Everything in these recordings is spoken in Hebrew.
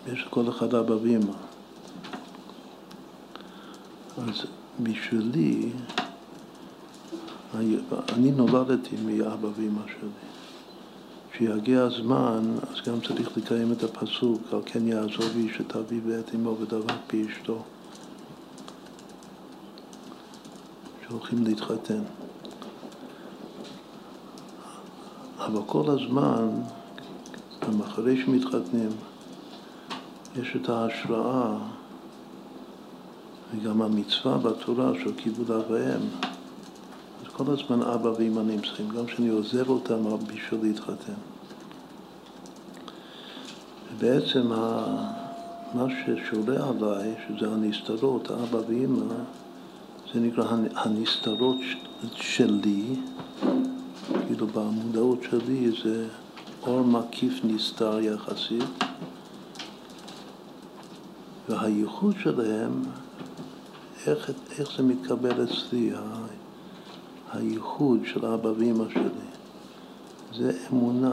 יש לכל אחד אבא ואמא. אז בשבילי, אני נולדתי מאבא ואמא שלי. כשיגיע הזמן, אז גם צריך לקיים את הפסוק, על כן יעזוב איש את אביו ואת אמו ודבק באשתו. שהולכים להתחתן. אבל כל הזמן, גם אחרי שמתחתנים, יש את ההשראה וגם המצווה בתורה של כיבוד אב ואם. אז כל הזמן אבא ואמא נמצאים, גם שאני עוזב אותם בשביל להתחתן. ובעצם מה ששורה עליי, שזה הנסתרות, אבא ואמא, זה נקרא הנסתרות שלי, כאילו במודעות שלי זה אור מקיף נסתר יחסית, והייחוד שלהם, איך זה מתקבל אצלי, הייחוד של אבא ואמא שלי, זה אמונה.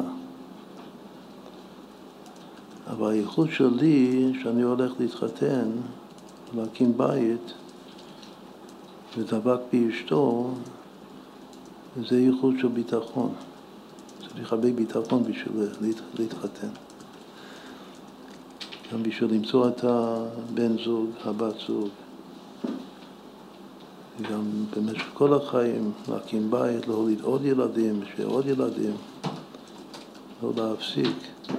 אבל הייחוד שלי, שאני הולך להתחתן, להקים בית, ודבק באשתו, זה ייחוד של ביטחון. צריך הרבה ביטחון בשביל להתחתן. גם בשביל למצוא את הבן זוג, הבת זוג. וגם במשך כל החיים להקים בית, להוליד עוד ילדים, שעוד ילדים, לא להפסיק.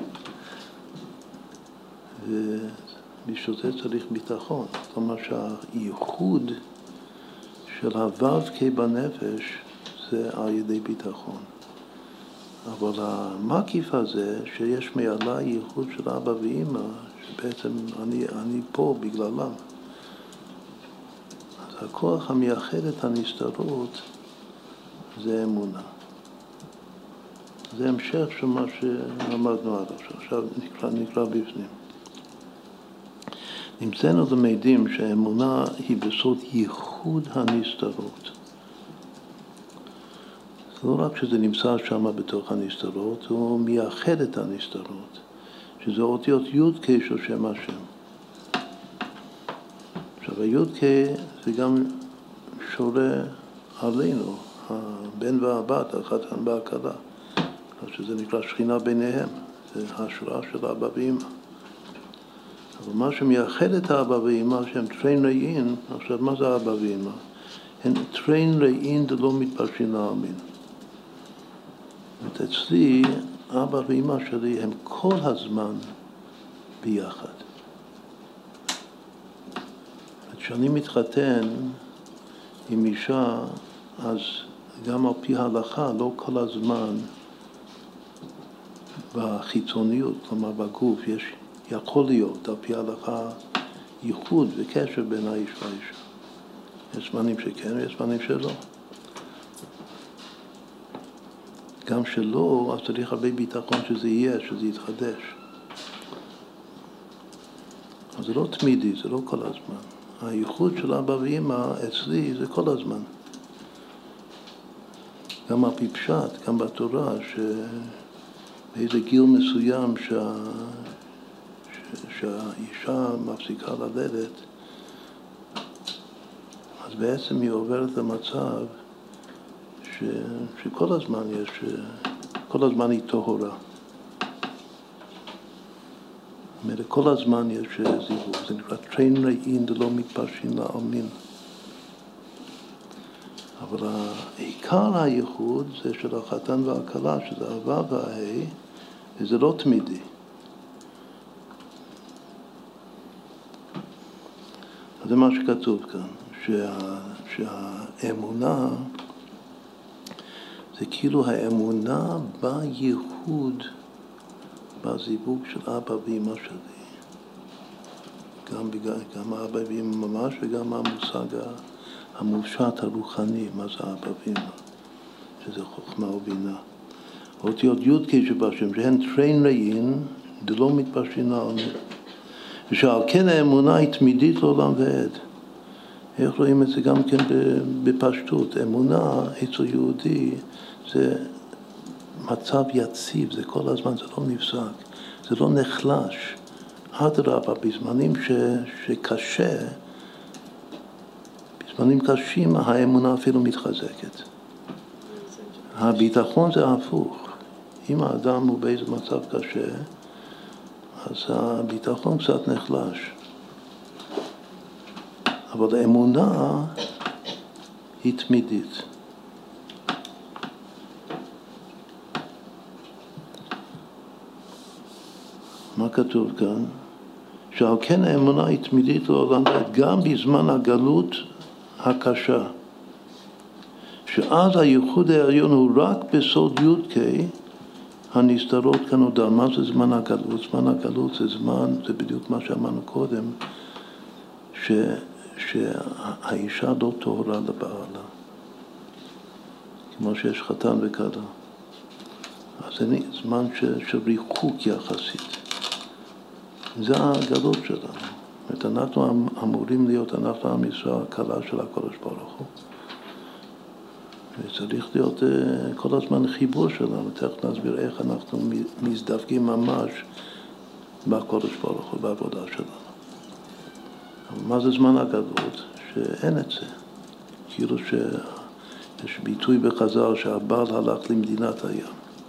ובשביל זה צריך ביטחון. כלומר שהייחוד של הו"ק בנפש זה על ידי ביטחון. אבל המקיף הזה שיש מעלי ייחוד של אבא ואמא, שבעצם אני פה בגללם. אז הכוח המייחד את הנסתרות זה אמונה. זה המשך של מה שלמדנו עד עכשיו. עכשיו נקרא בפנים. נמצאנו למדים שהאמונה היא בסוד ייחוד הנסתרות. זה לא רק שזה נמצא שם בתוך הנסתרות, הוא מייחד את הנסתרות, שזה אותיות י' כ' של שם השם. עכשיו, הי' כ' זה גם שורה עלינו, הבן והבת, החתן והכלה, שזה נקרא שכינה ביניהם, זה השראה של אבא ואמא. אבל מה שמייחד את האבא ואמא, שהם טריין ראין, עכשיו מה זה אבא ואמא? הם טריין ראין דלא מתפשרין להאמין. אצלי, אבא ואמא שלי הם כל הזמן ביחד. כשאני מתחתן עם אישה, אז גם על פי ההלכה, לא כל הזמן בחיצוניות, כלומר בגוף, יכול להיות על פי ההלכה ייחוד וקשר בין האיש והאישה. יש זמנים שכן ויש זמנים שלא. גם שלא, אז צריך הרבה ביטחון שזה יהיה, שזה יתחדש. אז זה לא תמידי, זה לא כל הזמן. הייחוד של אבא ואמא אצלי זה כל הזמן. גם על פי פשט, גם בתורה, שבאיזה גיל מסוים שהאישה מפסיקה ללדת, אז בעצם היא עוברת למצב שכל הזמן כל הזמן היא טהורה. כל הזמן יש זיווג, זה נקרא טריין ראין דלא מתפשרין להאמין. אבל העיקר הייחוד זה של החתן והכלה, שזה הו"ו והה"א, וזה לא תמידי. אז זה מה שכתוב כאן, שהאמונה זה כאילו האמונה בייחוד, בזיווג של אבא ואמא שלי. גם אבא ואמא ממש וגם המושג המופשט הרוחני, מה זה אבא ואמא, שזה חוכמה ובינה. אותיות י' כ' שבשם, שהן טריין ראין, דלא מתפשרין להאמין. ושעל כן האמונה היא תמידית לעולם ועד. איך רואים את זה גם כן בפשטות? אמונה אצל יהודי זה מצב יציב, זה כל הזמן, זה לא נפסק, זה לא נחלש. אדרבה, בזמנים שקשה, בזמנים קשים האמונה אפילו מתחזקת. הביטחון זה הפוך. אם האדם הוא באיזה מצב קשה, אז הביטחון קצת נחלש. אבל האמונה היא תמידית. מה כתוב כאן? שעל כן האמונה היא תמידית לעולם ועד, גם בזמן הגלות הקשה. שאז הייחוד העליון הוא רק בסוד י"ק הנסתרות כאן הודע. מה זה זמן הגלות? זמן הגלות זה זמן, זה בדיוק מה שאמרנו קודם, שהאישה לא טהורה לבעלה. כמו שיש חתן וכלה. אז זה זמן של ריחוק יחסית. זה הגלות שלנו. אנחנו אמורים להיות, אנחנו עם ישראל, הכלה של הקדוש ברוך הוא. וצריך להיות כל הזמן חיבור שלנו. תכף נסביר איך אנחנו מזדווגים ממש בקדוש ברוך הוא, בעבודה שלנו. אבל מה זה זמן הגלות? שאין את זה. כאילו שיש ביטוי בחז"ל שהבעל הלך למדינת הים.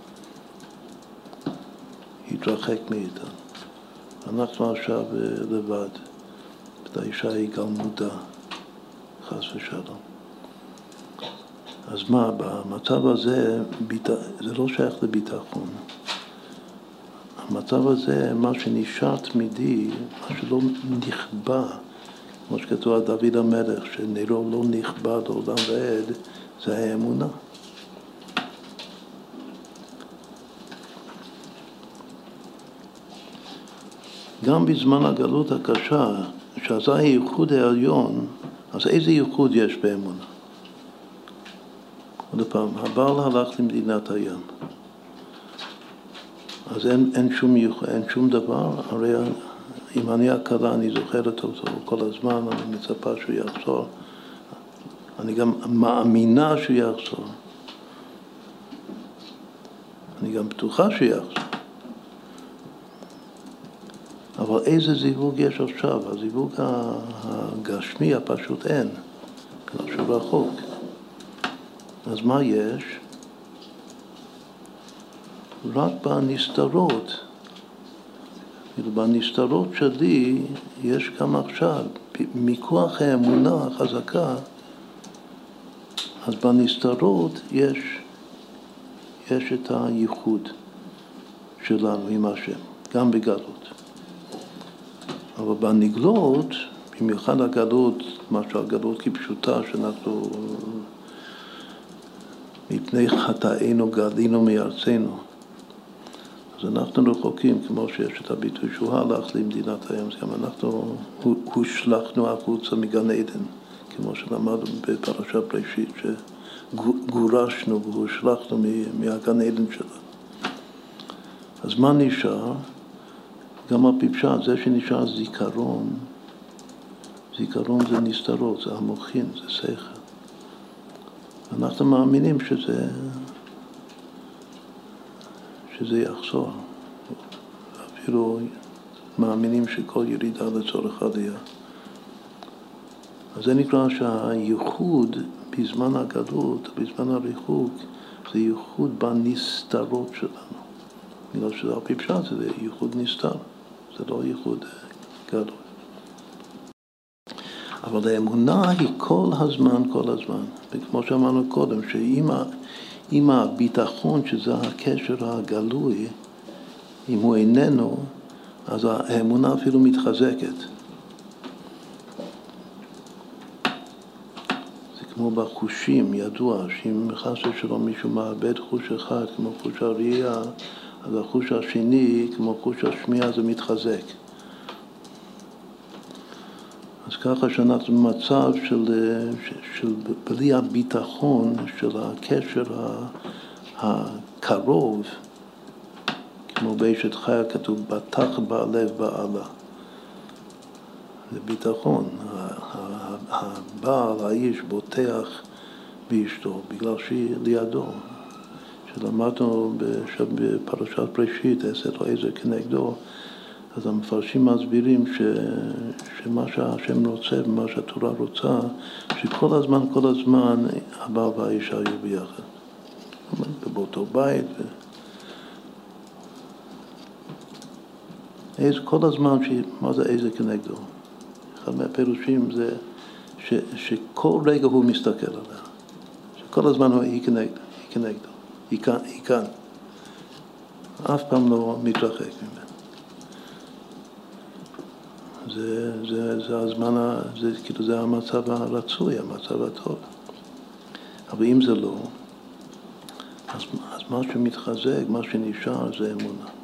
התרחק מאיתנו. אנחנו עכשיו לבד. האישה היא גלמודה, חס ושלום. אז מה, במצב הזה, זה לא שייך לביטחון. המצב הזה, מה שנשאר תמידי, מה שלא נכבה, כמו שכתוב על דוד המלך, שנרו לא נכבה לעולם ועד, זה האמונה. גם בזמן הגלות הקשה, שזה הייחוד העליון, אז איזה ייחוד יש באמונה? עוד פעם, הבעל הלך למדינת הים. אז אין שום דבר, הרי אם אני הכלה, אני זוכרת אותו כל הזמן, אני מצפה שהוא יחזור. אני גם מאמינה שהוא יחזור. אני גם בטוחה שהוא יחזור. אבל איזה זיווג יש עכשיו? הזיווג הגשמי הפשוט אין, משהו רחוק. אז מה יש? רק בנסתרות. בנסתרות שלי יש גם עכשיו, מכוח האמונה החזקה, אז בנסתרות יש את הייחוד שלנו עם השם, גם בגלות. אבל בנגלות, במיוחד הגלות, משהו הגלות כפשוטה, שאנחנו מפני חטאינו גלינו מארצנו. אז אנחנו רחוקים, כמו שיש את הביטוי שהוא הלך למדינת הים, גם אנחנו הושלחנו החוצה מגן עדן, כמו שלמדנו בפרשת בראשית, שגורשנו והושלחנו מהגן עדן שלנו. אז מה נשאר? גם הפשט, זה שנשאר זיכרון, זיכרון זה נסתרות, זה המוחין, זה שכל. אנחנו מאמינים שזה יחזור. אפילו מאמינים שכל ירידה לצורך עלייה. אז זה נקרא שהייחוד בזמן הגלות, בזמן הריחוק, זה ייחוד בנסתרות שלנו. בגלל שזה על פי פשט, זה ייחוד נסתר. זה לא ייחוד גדול. אבל האמונה היא כל הזמן. וכמו שאמרנו קודם, שאם הביטחון, שזה הקשר הגלוי, אם הוא איננו, אז האמונה אפילו מתחזקת. זה כמו בחושים, ידוע, שאם חס ושלום מישהו מאבד חוש אחד, כמו חוש הראייה, אז החוש השני, כמו חוש השמיעה, זה מתחזק. אז ככה שאנחנו במצב של בלי הביטחון, של הקשר הקרוב, כמו באשת חיה כתוב, בטח בעלב בעלה. זה ביטחון. הבעל, האיש, בוטח באשתו, בגלל שהיא לידו. שלמדנו בפרשת בראשית, עשת עזר כנגדו, אז המפרשים מסבירים שמה שהשם רוצה ומה שהתורה רוצה, שכל הזמן הבעל והאישה יהיו ביחד. באותו בית. כל הזמן, מה זה איזה כנגדו? אחד מהפירושים זה שכל רגע הוא מסתכל עליה. שכל הזמן היא כנגדו. היא כאן. אף פעם לא מתרחק ממנו. זה הזמן, זה המצב הרצוי, המצב הטוב. אבל אם זה לא, אז מה שמתחזק, מה שנשאר זה אמונה.